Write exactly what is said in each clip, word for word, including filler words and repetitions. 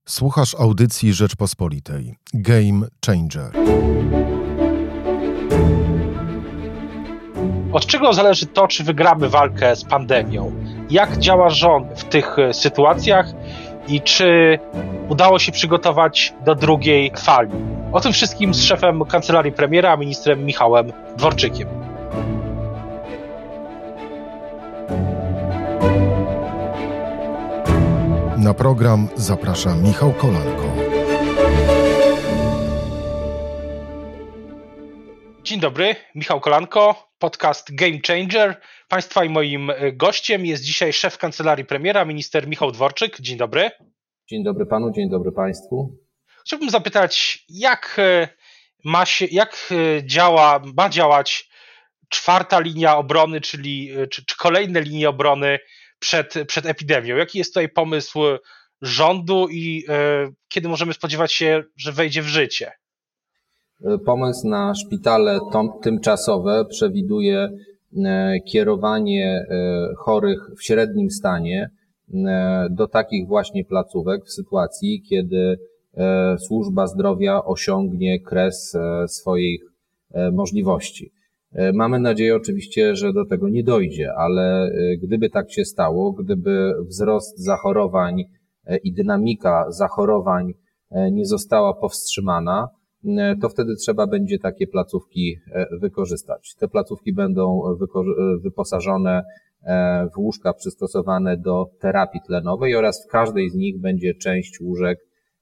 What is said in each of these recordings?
Słuchasz audycji Rzeczpospolitej. Game Changer. Od czego zależy to, czy wygramy walkę z pandemią? Jak działa rząd w tych sytuacjach i czy udało się przygotować do drugiej fali? O tym wszystkim z szefem Kancelarii Premiera, ministrem Michałem Dworczykiem. Na program zaprasza Michał Kolanko. Dzień dobry, Michał Kolanko, podcast Game Changer. Państwa i moim gościem jest dzisiaj szef Kancelarii Premiera, minister Michał Dworczyk. Dzień dobry. Dzień dobry panu, dzień dobry państwu. Chciałbym zapytać, jak ma się, jak działa, ma działać czwarta linia obrony, czyli czy, czy kolejne linie obrony przed, przed epidemią? Jaki jest tutaj pomysł rządu i e, kiedy możemy spodziewać się, że wejdzie w życie? Pomysł na szpitale tymczasowe przewiduje kierowanie chorych w średnim stanie do takich właśnie placówek w sytuacji, kiedy służba zdrowia osiągnie kres swoich możliwości. Mamy nadzieję oczywiście, że do tego nie dojdzie, ale gdyby tak się stało, gdyby wzrost zachorowań i dynamika zachorowań nie została powstrzymana, to wtedy trzeba będzie takie placówki wykorzystać. Te placówki będą wyposażone w łóżka przystosowane do terapii tlenowej oraz w każdej z nich będzie część łóżek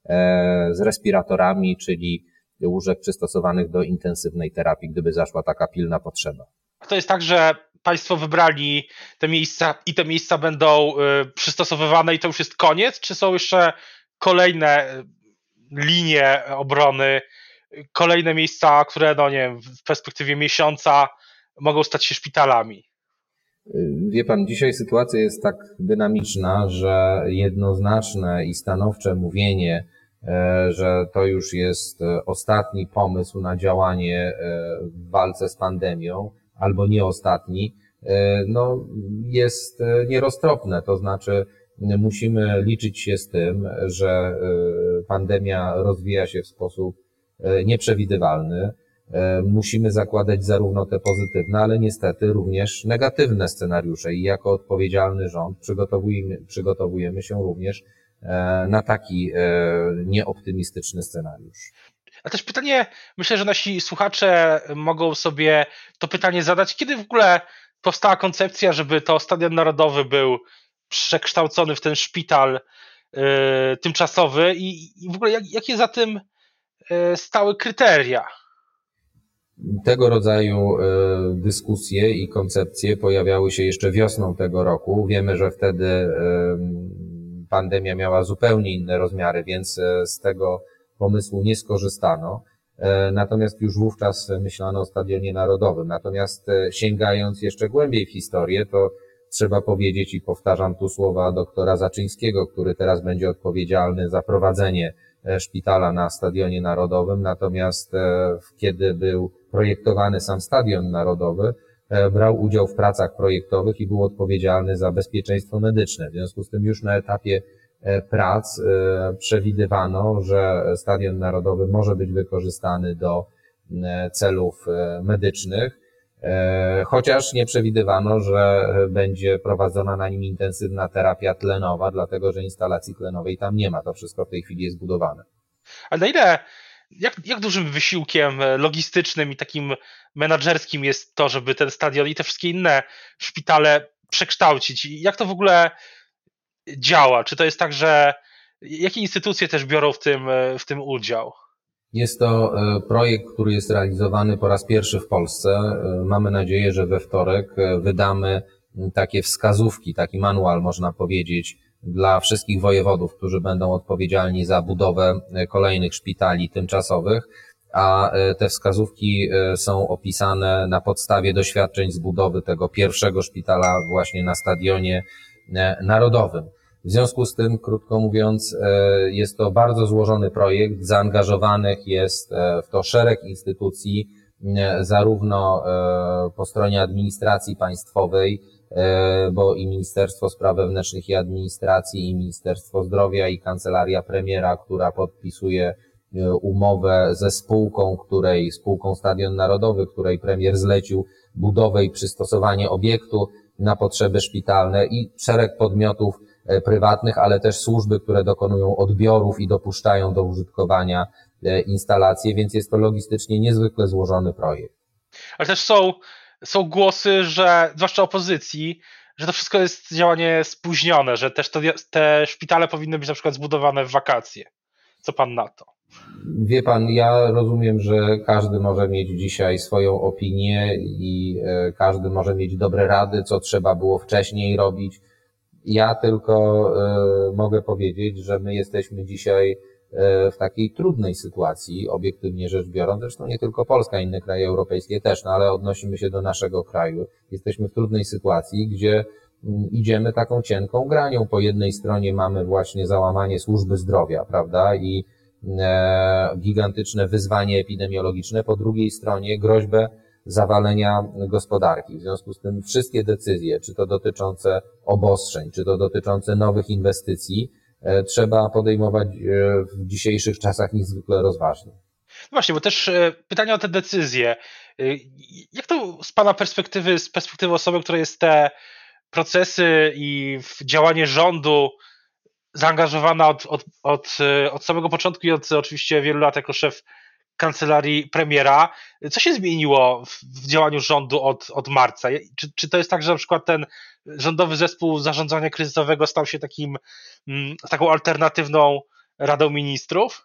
z respiratorami, czyli łóżek przystosowanych do intensywnej terapii, gdyby zaszła taka pilna potrzeba. To jest tak, że państwo wybrali te miejsca i te miejsca będą przystosowywane i to już jest koniec? Czy są jeszcze kolejne linie obrony, kolejne miejsca, które no nie wiem, w perspektywie miesiąca mogą stać się szpitalami? Wie pan, dzisiaj sytuacja jest tak dynamiczna, że jednoznaczne i stanowcze mówienie, że to już jest ostatni pomysł na działanie w walce z pandemią, albo nie ostatni, no jest nieroztropne. To znaczy musimy liczyć się z tym, że pandemia rozwija się w sposób nieprzewidywalny. Musimy zakładać zarówno te pozytywne, ale niestety również negatywne scenariusze i jako odpowiedzialny rząd przygotowujemy, przygotowujemy się również na taki nieoptymistyczny scenariusz. A też pytanie, myślę, że nasi słuchacze mogą sobie to pytanie zadać, kiedy w ogóle powstała koncepcja, żeby to Stadion Narodowy był przekształcony w ten szpital y, tymczasowy i, i w ogóle jak, jakie za tym y, stały kryteria? Tego rodzaju y, dyskusje i koncepcje pojawiały się jeszcze wiosną tego roku. Wiemy, że wtedy y, pandemia miała zupełnie inne rozmiary, więc z tego pomysłu nie skorzystano. Natomiast już wówczas myślano o Stadionie Narodowym. Natomiast sięgając jeszcze głębiej w historię, to trzeba powiedzieć i powtarzam tu słowa doktora Zaczyńskiego, który teraz będzie odpowiedzialny za prowadzenie szpitala na Stadionie Narodowym. Natomiast kiedy był projektowany sam Stadion Narodowy, brał udział w pracach projektowych i był odpowiedzialny za bezpieczeństwo medyczne. W związku z tym już na etapie prac przewidywano, że Stadion Narodowy może być wykorzystany do celów medycznych, chociaż nie przewidywano, że będzie prowadzona na nim intensywna terapia tlenowa, dlatego że instalacji tlenowej tam nie ma. To wszystko w tej chwili jest budowane. A na ile, jak, jak dużym wysiłkiem logistycznym i takim menadżerskim jest to, żeby ten stadion i te wszystkie inne szpitale przekształcić? I jak to w ogóle działa? Czy to jest tak, że jakie instytucje też biorą w tym, w tym udział? Jest to projekt, który jest realizowany po raz pierwszy w Polsce. Mamy nadzieję, że we wtorek wydamy takie wskazówki, taki manual, można powiedzieć, dla wszystkich wojewodów, którzy będą odpowiedzialni za budowę kolejnych szpitali tymczasowych, a te wskazówki są opisane na podstawie doświadczeń z budowy tego pierwszego szpitala właśnie na Stadionie Narodowym. W związku z tym, krótko mówiąc, jest to bardzo złożony projekt, zaangażowanych jest w to szereg instytucji, zarówno po stronie administracji państwowej, bo i Ministerstwo Spraw Wewnętrznych i Administracji, i Ministerstwo Zdrowia, i Kancelaria Premiera, która podpisuje umowę ze spółką, której, spółką Stadion Narodowy, której premier zlecił budowę i przystosowanie obiektu na potrzeby szpitalne, i szereg podmiotów prywatnych, ale też służby, które dokonują odbiorów i dopuszczają do użytkowania instalacje, więc jest to logistycznie niezwykle złożony projekt. Ale też są, są głosy, że, zwłaszcza opozycji, że to wszystko jest działanie spóźnione, że też to, te szpitale powinny być na przykład zbudowane w wakacje. Co pan na to? Wie pan, ja rozumiem, że każdy może mieć dzisiaj swoją opinię i każdy może mieć dobre rady, co trzeba było wcześniej robić. Ja tylko mogę powiedzieć, że my jesteśmy dzisiaj w takiej trudnej sytuacji, obiektywnie rzecz biorąc, zresztą nie tylko Polska, inne kraje europejskie też, no ale odnosimy się do naszego kraju. Jesteśmy w trudnej sytuacji, gdzie idziemy taką cienką granią. Po jednej stronie mamy właśnie załamanie służby zdrowia, prawda, i gigantyczne wyzwanie epidemiologiczne, po drugiej stronie groźbę zawalenia gospodarki. W związku z tym wszystkie decyzje, czy to dotyczące obostrzeń, czy to dotyczące nowych inwestycji, trzeba podejmować w dzisiejszych czasach niezwykle rozważnie. No właśnie, bo też pytanie o te decyzje. Jak to z pana perspektywy, z perspektywy osoby, która jest te procesy i w działanie rządu zaangażowana od, od, od, od samego początku i od oczywiście wielu lat jako szef kancelarii premiera. Co się zmieniło w, w działaniu rządu od, od marca? Czy, czy to jest tak, że na przykład ten rządowy zespół zarządzania kryzysowego stał się takim, taką alternatywną Radą Ministrów?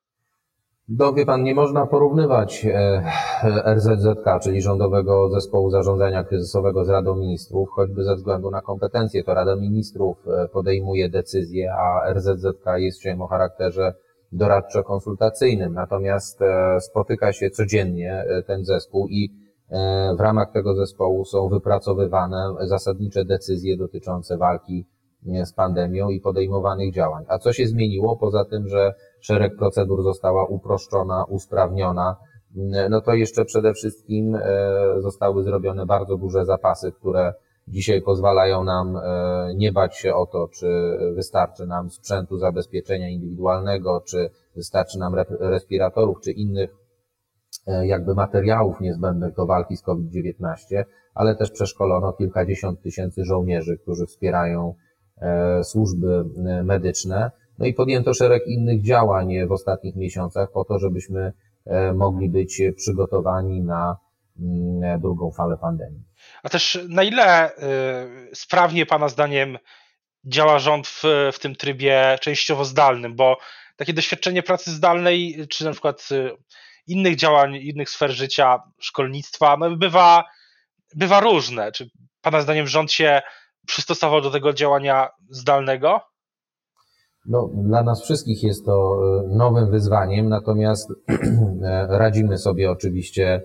No wie pan, nie można porównywać R Z Z K, czyli Rządowego Zespołu Zarządzania Kryzysowego, z Radą Ministrów, choćby ze względu na kompetencje. To Rada Ministrów podejmuje decyzje, a R Z Z K jest się o charakterze doradczo-konsultacyjnym. Natomiast spotyka się codziennie ten zespół i w ramach tego zespołu są wypracowywane zasadnicze decyzje dotyczące walki z pandemią i podejmowanych działań. A co się zmieniło? Poza tym, że szereg procedur została uproszczona, usprawniona, no to jeszcze przede wszystkim zostały zrobione bardzo duże zapasy, które dzisiaj pozwalają nam nie bać się o to, czy wystarczy nam sprzętu zabezpieczenia indywidualnego, czy wystarczy nam respiratorów, czy innych jakby materiałów niezbędnych do walki z COVID dziewiętnaście, ale też przeszkolono kilkadziesiąt tysięcy żołnierzy, którzy wspierają służby medyczne. No i podjęto szereg innych działań w ostatnich miesiącach po to, żebyśmy mogli być przygotowani na drugą falę pandemii. A też na ile sprawnie pana zdaniem działa rząd w, w tym trybie częściowo zdalnym, bo takie doświadczenie pracy zdalnej, czy na przykład innych działań, innych sfer życia, szkolnictwa, no bywa, bywa różne. Czy pana zdaniem rząd się przystosował do tego działania zdalnego? No, dla nas wszystkich jest to nowym wyzwaniem, natomiast radzimy sobie oczywiście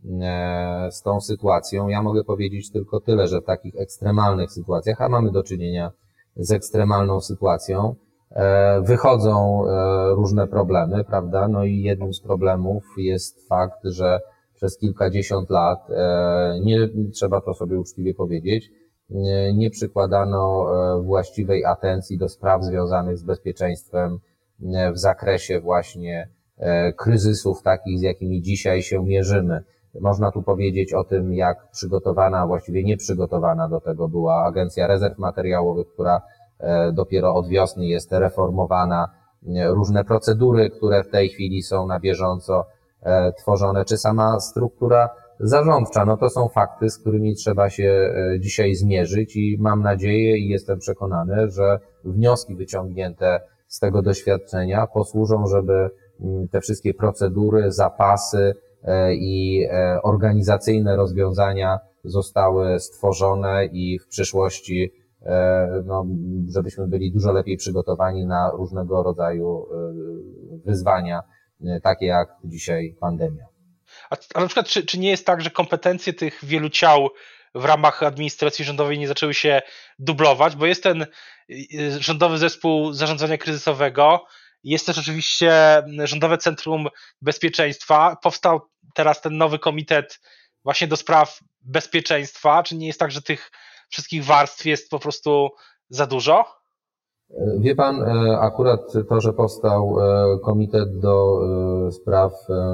z tą sytuacją. Ja mogę powiedzieć tylko tyle, że w takich ekstremalnych sytuacjach, a mamy do czynienia z ekstremalną sytuacją, wychodzą różne problemy, prawda? No i jednym z problemów jest fakt, że przez kilkadziesiąt lat, nie trzeba to sobie uczciwie powiedzieć, nie przykładano właściwej atencji do spraw związanych z bezpieczeństwem w zakresie właśnie kryzysów takich, z jakimi dzisiaj się mierzymy. Można tu powiedzieć o tym, jak przygotowana, właściwie nieprzygotowana do tego była Agencja Rezerw Materiałowych, która dopiero od wiosny jest reformowana, różne procedury, które w tej chwili są na bieżąco tworzone, czy sama struktura zarządcza. No to są fakty, z którymi trzeba się dzisiaj zmierzyć i mam nadzieję i jestem przekonany, że wnioski wyciągnięte z tego doświadczenia posłużą, żeby te wszystkie procedury, zapasy i organizacyjne rozwiązania zostały stworzone i w przyszłości, no, żebyśmy byli dużo lepiej przygotowani na różnego rodzaju wyzwania, takie jak dzisiaj pandemia. A, a na przykład, czy, czy nie jest tak, że kompetencje tych wielu ciał w ramach administracji rządowej nie zaczęły się dublować, bo jest ten rządowy zespół zarządzania kryzysowego, jest też oczywiście Rządowe Centrum Bezpieczeństwa, powstał teraz ten nowy komitet właśnie do spraw bezpieczeństwa. Czy nie jest tak, że tych wszystkich warstw jest po prostu za dużo? Wie pan, akurat to, że powstał Komitet do Spraw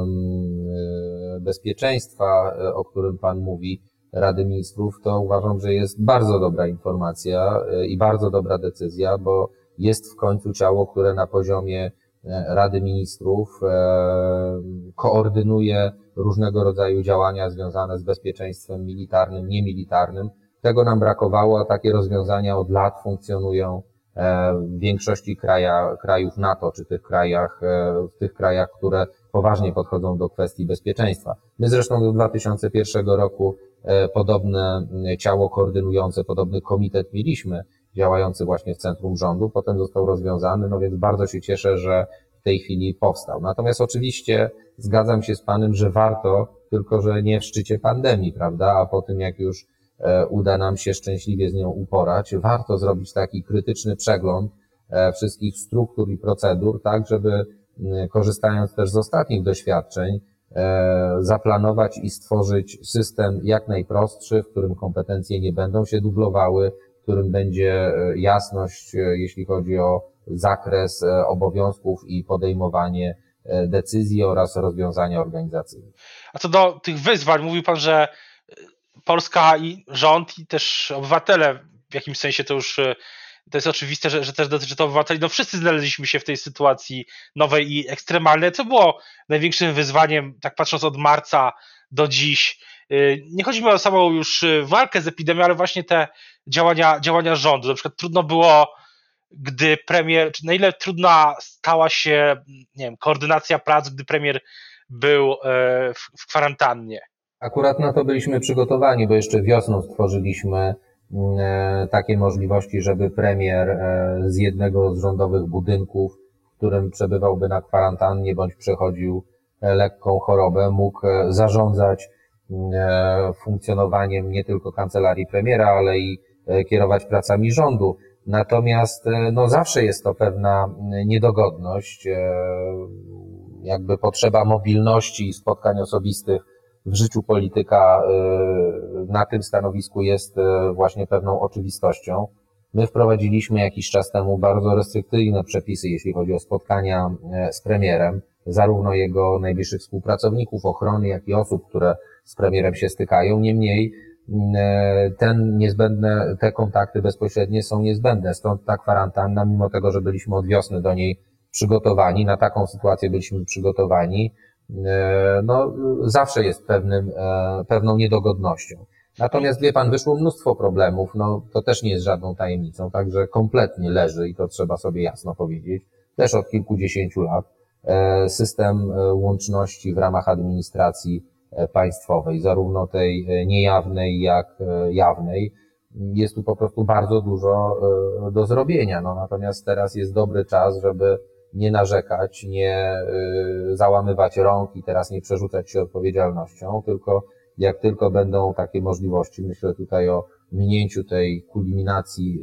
Bezpieczeństwa, o którym pan mówi, Rady Ministrów, to uważam, że jest bardzo dobra informacja i bardzo dobra decyzja, bo jest w końcu ciało, które na poziomie Rady Ministrów koordynuje różnego rodzaju działania związane z bezpieczeństwem militarnym, niemilitarnym. Tego nam brakowało, a takie rozwiązania od lat funkcjonują w większości kraja, krajów NATO, czy tych krajach, w tych krajach, które poważnie podchodzą do kwestii bezpieczeństwa. My zresztą do dwa tysiące pierwszego roku podobne ciało koordynujące, podobny komitet mieliśmy, działający właśnie w centrum rządu, potem został rozwiązany, no więc bardzo się cieszę, że w tej chwili powstał. Natomiast oczywiście zgadzam się z panem, że warto, tylko że nie w szczycie pandemii, prawda, a po tym jak już uda nam się szczęśliwie z nią uporać, warto zrobić taki krytyczny przegląd wszystkich struktur i procedur, tak, żeby korzystając też z ostatnich doświadczeń, zaplanować i stworzyć system jak najprostszy, w którym kompetencje nie będą się dublowały, w którym będzie jasność, jeśli chodzi o zakres obowiązków i podejmowanie decyzji oraz rozwiązania organizacyjne. A co do tych wyzwań, mówił pan, że Polska i rząd i też obywatele, w jakimś sensie to już to jest oczywiste, że, że też dotyczy to obywateli, no wszyscy znaleźliśmy się w tej sytuacji nowej i ekstremalnej. Co było największym wyzwaniem, tak patrząc od marca do dziś? Nie chodzi mi o samą już walkę z epidemią, ale właśnie te działania, działania rządu. Na przykład trudno było, gdy premier, czy na ile trudna stała się, nie wiem, koordynacja prac, gdy premier był w, w kwarantannie? Akurat na to byliśmy przygotowani, bo jeszcze wiosną stworzyliśmy takie możliwości, żeby premier z jednego z rządowych budynków, w którym przebywałby na kwarantannie bądź przechodził lekką chorobę, mógł zarządzać funkcjonowaniem nie tylko kancelarii premiera, ale i kierować pracami rządu. Natomiast no zawsze jest to pewna niedogodność, jakby potrzeba mobilności i spotkań osobistych w życiu polityka na tym stanowisku jest właśnie pewną oczywistością. My wprowadziliśmy jakiś czas temu bardzo restrykcyjne przepisy, jeśli chodzi o spotkania z premierem, zarówno jego najbliższych współpracowników ochrony, jak i osób, które z premierem się stykają. Niemniej ten niezbędne, te kontakty bezpośrednie są niezbędne. Stąd ta kwarantanna, mimo tego, że byliśmy od wiosny do niej przygotowani, na taką sytuację byliśmy przygotowani, no zawsze jest pewnym, pewną niedogodnością. Natomiast wie pan, wyszło mnóstwo problemów, no to też nie jest żadną tajemnicą, także kompletnie leży i to trzeba sobie jasno powiedzieć, też od kilkudziesięciu lat, system łączności w ramach administracji państwowej, zarówno tej niejawnej, jak jawnej. Jest tu po prostu bardzo dużo do zrobienia, no natomiast teraz jest dobry czas, żeby nie narzekać, nie załamywać rąk i teraz nie przerzucać się odpowiedzialnością, tylko jak tylko będą takie możliwości, myślę tutaj o minięciu tej kulminacji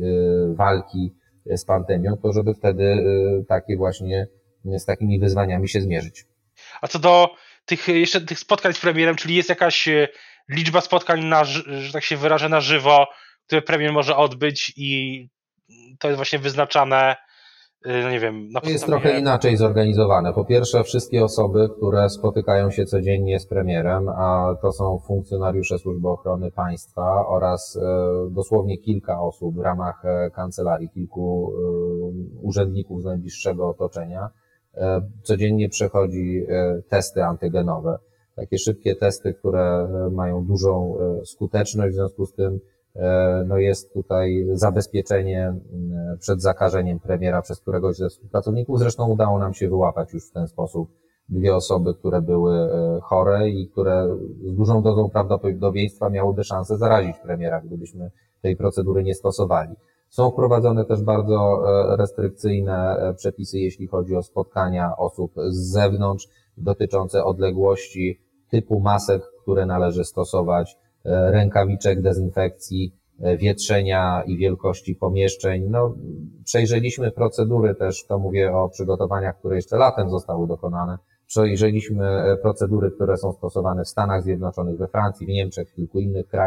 walki z pandemią, to żeby wtedy takie właśnie z takimi wyzwaniami się zmierzyć. A co do tych jeszcze tych spotkań z premierem, czyli jest jakaś liczba spotkań, na, że tak się wyrażę, na żywo, które premier może odbyć i to jest właśnie wyznaczane, no nie wiem, na To jest podstawie... trochę inaczej zorganizowane. Po pierwsze, wszystkie osoby, które spotykają się codziennie z premierem, a to są funkcjonariusze Służby Ochrony Państwa oraz dosłownie kilka osób w ramach kancelarii, kilku urzędników z najbliższego otoczenia, codziennie przechodzi testy antygenowe. Takie szybkie testy, które mają dużą skuteczność, w związku z tym no jest tutaj zabezpieczenie przed zakażeniem premiera przez któregoś ze współpracowników. Zresztą udało nam się wyłapać już w ten sposób dwie osoby, które były chore i które z dużą dozą prawdopodobieństwa miałyby szansę zarazić premiera, gdybyśmy tej procedury nie stosowali. Są wprowadzone też bardzo restrykcyjne przepisy, jeśli chodzi o spotkania osób z zewnątrz, dotyczące odległości, typu masek, które należy stosować, rękawiczek dezynfekcji, wietrzenia i wielkości pomieszczeń. No, przejrzeliśmy procedury też, to mówię o przygotowaniach, które jeszcze latem zostały dokonane. Przejrzeliśmy procedury, które są stosowane w Stanach Zjednoczonych, we Francji, w Niemczech, w kilku innych krajach.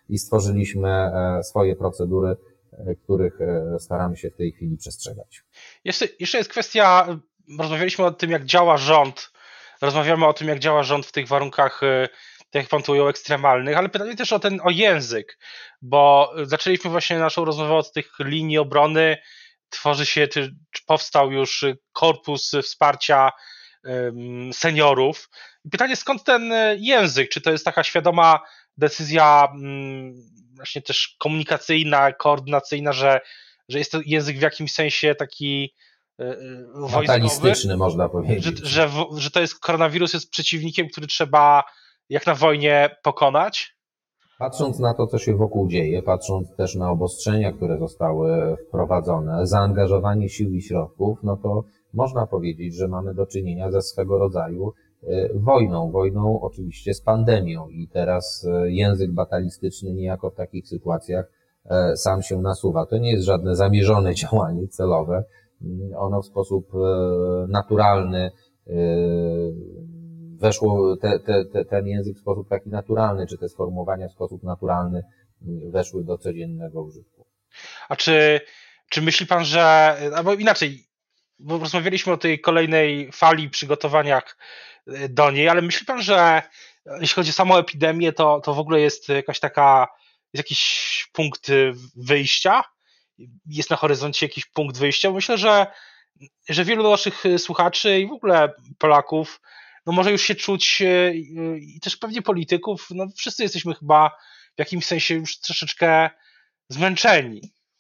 i stworzyliśmy swoje procedury, których staramy się w tej chwili przestrzegać. Jeszcze, jeszcze jest kwestia, rozmawialiśmy o tym, jak działa rząd, rozmawiamy o tym, jak działa rząd w tych warunkach, tak jak pan tu ujął, ekstremalnych, ale pytanie też o ten, o język, bo zaczęliśmy właśnie naszą rozmowę od tych linii obrony, tworzy się, czy, czy powstał już korpus wsparcia um, seniorów. I pytanie, skąd ten język? Czy to jest taka świadoma decyzja um, właśnie też komunikacyjna, koordynacyjna, że, że jest to język w jakimś sensie taki um, fatalistyczny, można powiedzieć. Że, że, że to jest koronawirus jest przeciwnikiem, który trzeba jak na wojnie pokonać? Patrząc na to, co się wokół dzieje, patrząc też na obostrzenia, które zostały wprowadzone, zaangażowanie sił i środków, no to można powiedzieć, że mamy do czynienia ze swego rodzaju wojną. Wojną oczywiście z pandemią i teraz język batalistyczny niejako w takich sytuacjach sam się nasuwa. To nie jest żadne zamierzone działanie celowe. Ono w sposób naturalny weszło, te, te, te, ten język w sposób taki naturalny, czy te sformułowania w sposób naturalny weszły do codziennego użytku. A czy, czy myśli pan, że, albo inaczej, bo rozmawialiśmy o tej kolejnej fali, przygotowaniach do niej, ale myśli pan, że jeśli chodzi o samą epidemię, to, to w ogóle jest jakaś taka, jest jakiś punkt wyjścia? Jest na horyzoncie jakiś punkt wyjścia? Myślę, że, że wielu naszych słuchaczy i w ogóle Polaków no może już się czuć i też pewnie polityków, no wszyscy jesteśmy chyba w jakimś sensie już troszeczkę zmęczeni.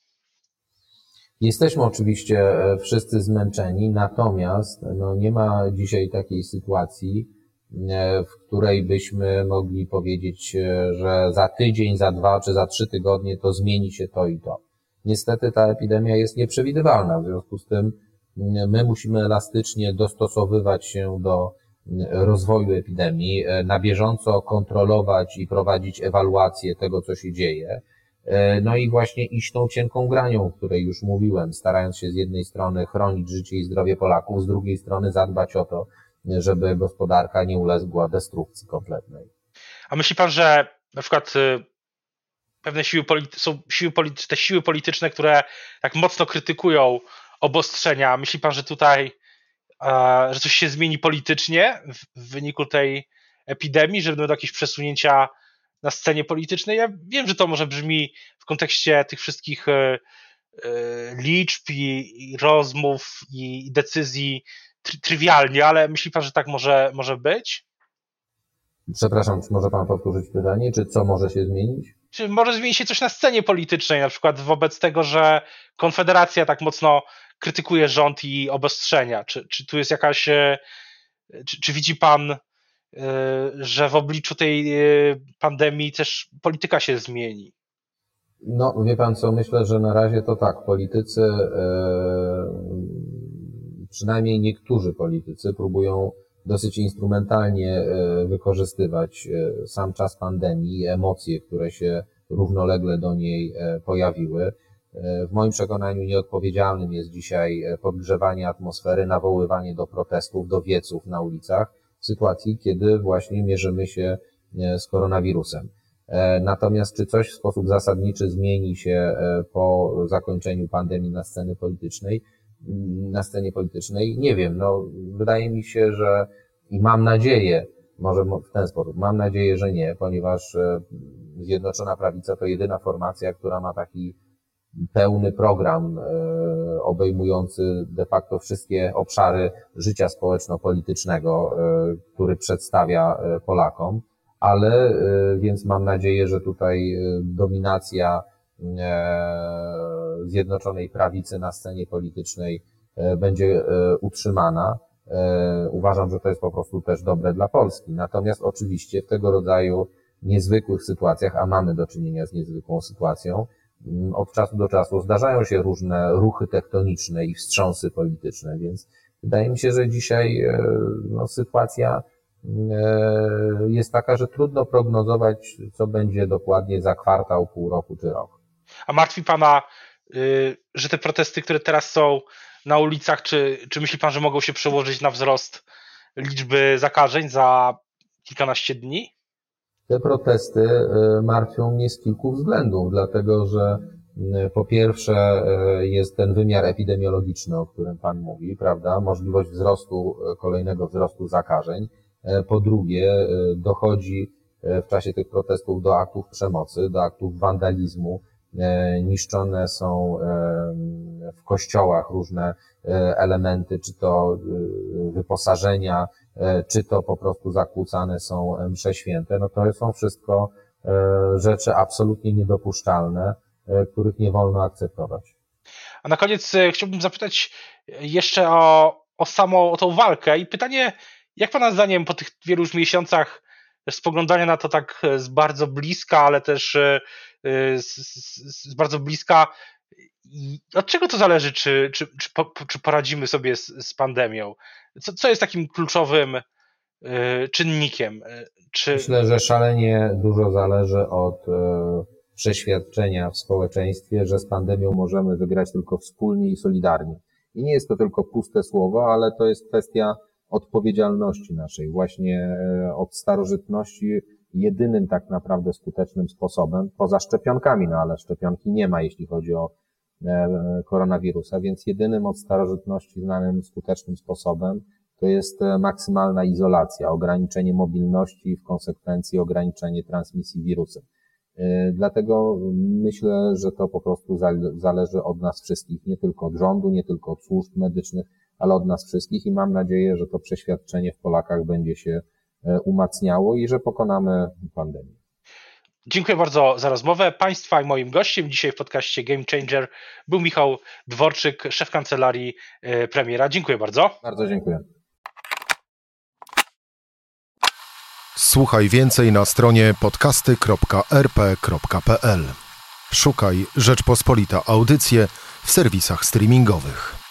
Jesteśmy oczywiście wszyscy zmęczeni, natomiast no nie ma dzisiaj takiej sytuacji, w której byśmy mogli powiedzieć, że za tydzień, za dwa czy za trzy tygodnie to zmieni się to i to. Niestety ta epidemia jest nieprzewidywalna, w związku z tym my musimy elastycznie dostosowywać się do rozwoju epidemii, na bieżąco kontrolować i prowadzić ewaluację tego, co się dzieje. No i właśnie iść tą cienką granią, o której już mówiłem, starając się z jednej strony chronić życie i zdrowie Polaków, z drugiej strony zadbać o to, żeby gospodarka nie uległa destrukcji kompletnej. A myśli pan, że na przykład pewne siły polity- są siły polity- te siły polityczne, które tak mocno krytykują obostrzenia, myśli pan, że tutaj że coś się zmieni politycznie w, w wyniku tej epidemii, że będą jakieś przesunięcia na scenie politycznej? Ja wiem, że to może brzmi w kontekście tych wszystkich e, e, liczb i, i rozmów i, i decyzji try, trywialnie, ale myśli pan, że tak może, może być? Przepraszam, czy może pan powtórzyć pytanie? Czy co może się zmienić? Czy może zmienić się coś na scenie politycznej, na przykład wobec tego, że Konfederacja tak mocno krytykuje rząd i obostrzenia? Czy, czy tu jest jakaś, czy, czy widzi pan, że w obliczu tej pandemii też polityka się zmieni? No, wie pan co, myślę, że na razie to tak, politycy, przynajmniej niektórzy politycy próbują dosyć instrumentalnie wykorzystywać sam czas pandemii i emocje, które się równolegle do niej pojawiły. W moim przekonaniu nieodpowiedzialnym jest dzisiaj podgrzewanie atmosfery, nawoływanie do protestów, do wieców na ulicach w sytuacji, kiedy właśnie mierzymy się z koronawirusem. Natomiast czy coś w sposób zasadniczy zmieni się po zakończeniu pandemii na scenie politycznej? Na scenie politycznej? Nie wiem. No, wydaje mi się, że i mam nadzieję, może w ten sposób, mam nadzieję, że nie, ponieważ Zjednoczona Prawica to jedyna formacja, która ma taki pełny program obejmujący de facto wszystkie obszary życia społeczno-politycznego, który przedstawia Polakom, ale więc mam nadzieję, że tutaj dominacja Zjednoczonej Prawicy na scenie politycznej będzie utrzymana. Uważam, że to jest po prostu też dobre dla Polski. Natomiast oczywiście w tego rodzaju niezwykłych sytuacjach, a mamy do czynienia z niezwykłą sytuacją, od czasu do czasu zdarzają się różne ruchy tektoniczne i wstrząsy polityczne, więc wydaje mi się, że dzisiaj no, sytuacja jest taka, że trudno prognozować, co będzie dokładnie za kwartał, pół roku czy rok. A martwi pana, że te protesty, które teraz są na ulicach, czy, czy myśli pan, że mogą się przełożyć na wzrost liczby zakażeń za kilkanaście dni? Te protesty martwią mnie z kilku względów, dlatego że po pierwsze jest ten wymiar epidemiologiczny, o którym Pan mówi, prawda, możliwość wzrostu, kolejnego wzrostu zakażeń. Po drugie dochodzi w czasie tych protestów do aktów przemocy, do aktów wandalizmu, niszczone są w kościołach różne elementy, czy to wyposażenia, czy to po prostu zakłócane są msze święte. No to są wszystko rzeczy absolutnie niedopuszczalne, których nie wolno akceptować. A na koniec chciałbym zapytać jeszcze o, o samą o tą walkę i pytanie, jak Pana zdaniem po tych wielu już miesiącach spoglądania na to tak z bardzo bliska, ale też z, z, z bardzo bliska, od czego to zależy, czy, czy, czy, po, czy poradzimy sobie z, z pandemią? Co, co jest takim kluczowym y, czynnikiem? Czy... Myślę, że szalenie dużo zależy od y, przeświadczenia w społeczeństwie, że z pandemią możemy wygrać tylko wspólnie i solidarnie. I nie jest to tylko puste słowo, ale to jest kwestia odpowiedzialności naszej. Właśnie y, od starożytności jedynym tak naprawdę skutecznym sposobem, poza szczepionkami, no ale szczepionki nie ma, jeśli chodzi o koronawirusa, więc jedynym od starożytności znanym skutecznym sposobem to jest maksymalna izolacja, ograniczenie mobilności i w konsekwencji ograniczenie transmisji wirusem. Dlatego myślę, że to po prostu zależy od nas wszystkich, nie tylko od rządu, nie tylko od służb medycznych, ale od nas wszystkich i mam nadzieję, że to przeświadczenie w Polakach będzie się umacniało i że pokonamy pandemię. Dziękuję bardzo za rozmowę. Państwa i moim gościem dzisiaj w podcaście Game Changer był Michał Dworczyk, szef kancelarii premiera. Dziękuję bardzo. Bardzo dziękuję. Słuchaj więcej na stronie podcasty kropka er pe kropka pe el. Szukaj Rzeczpospolita Audycje w serwisach streamingowych.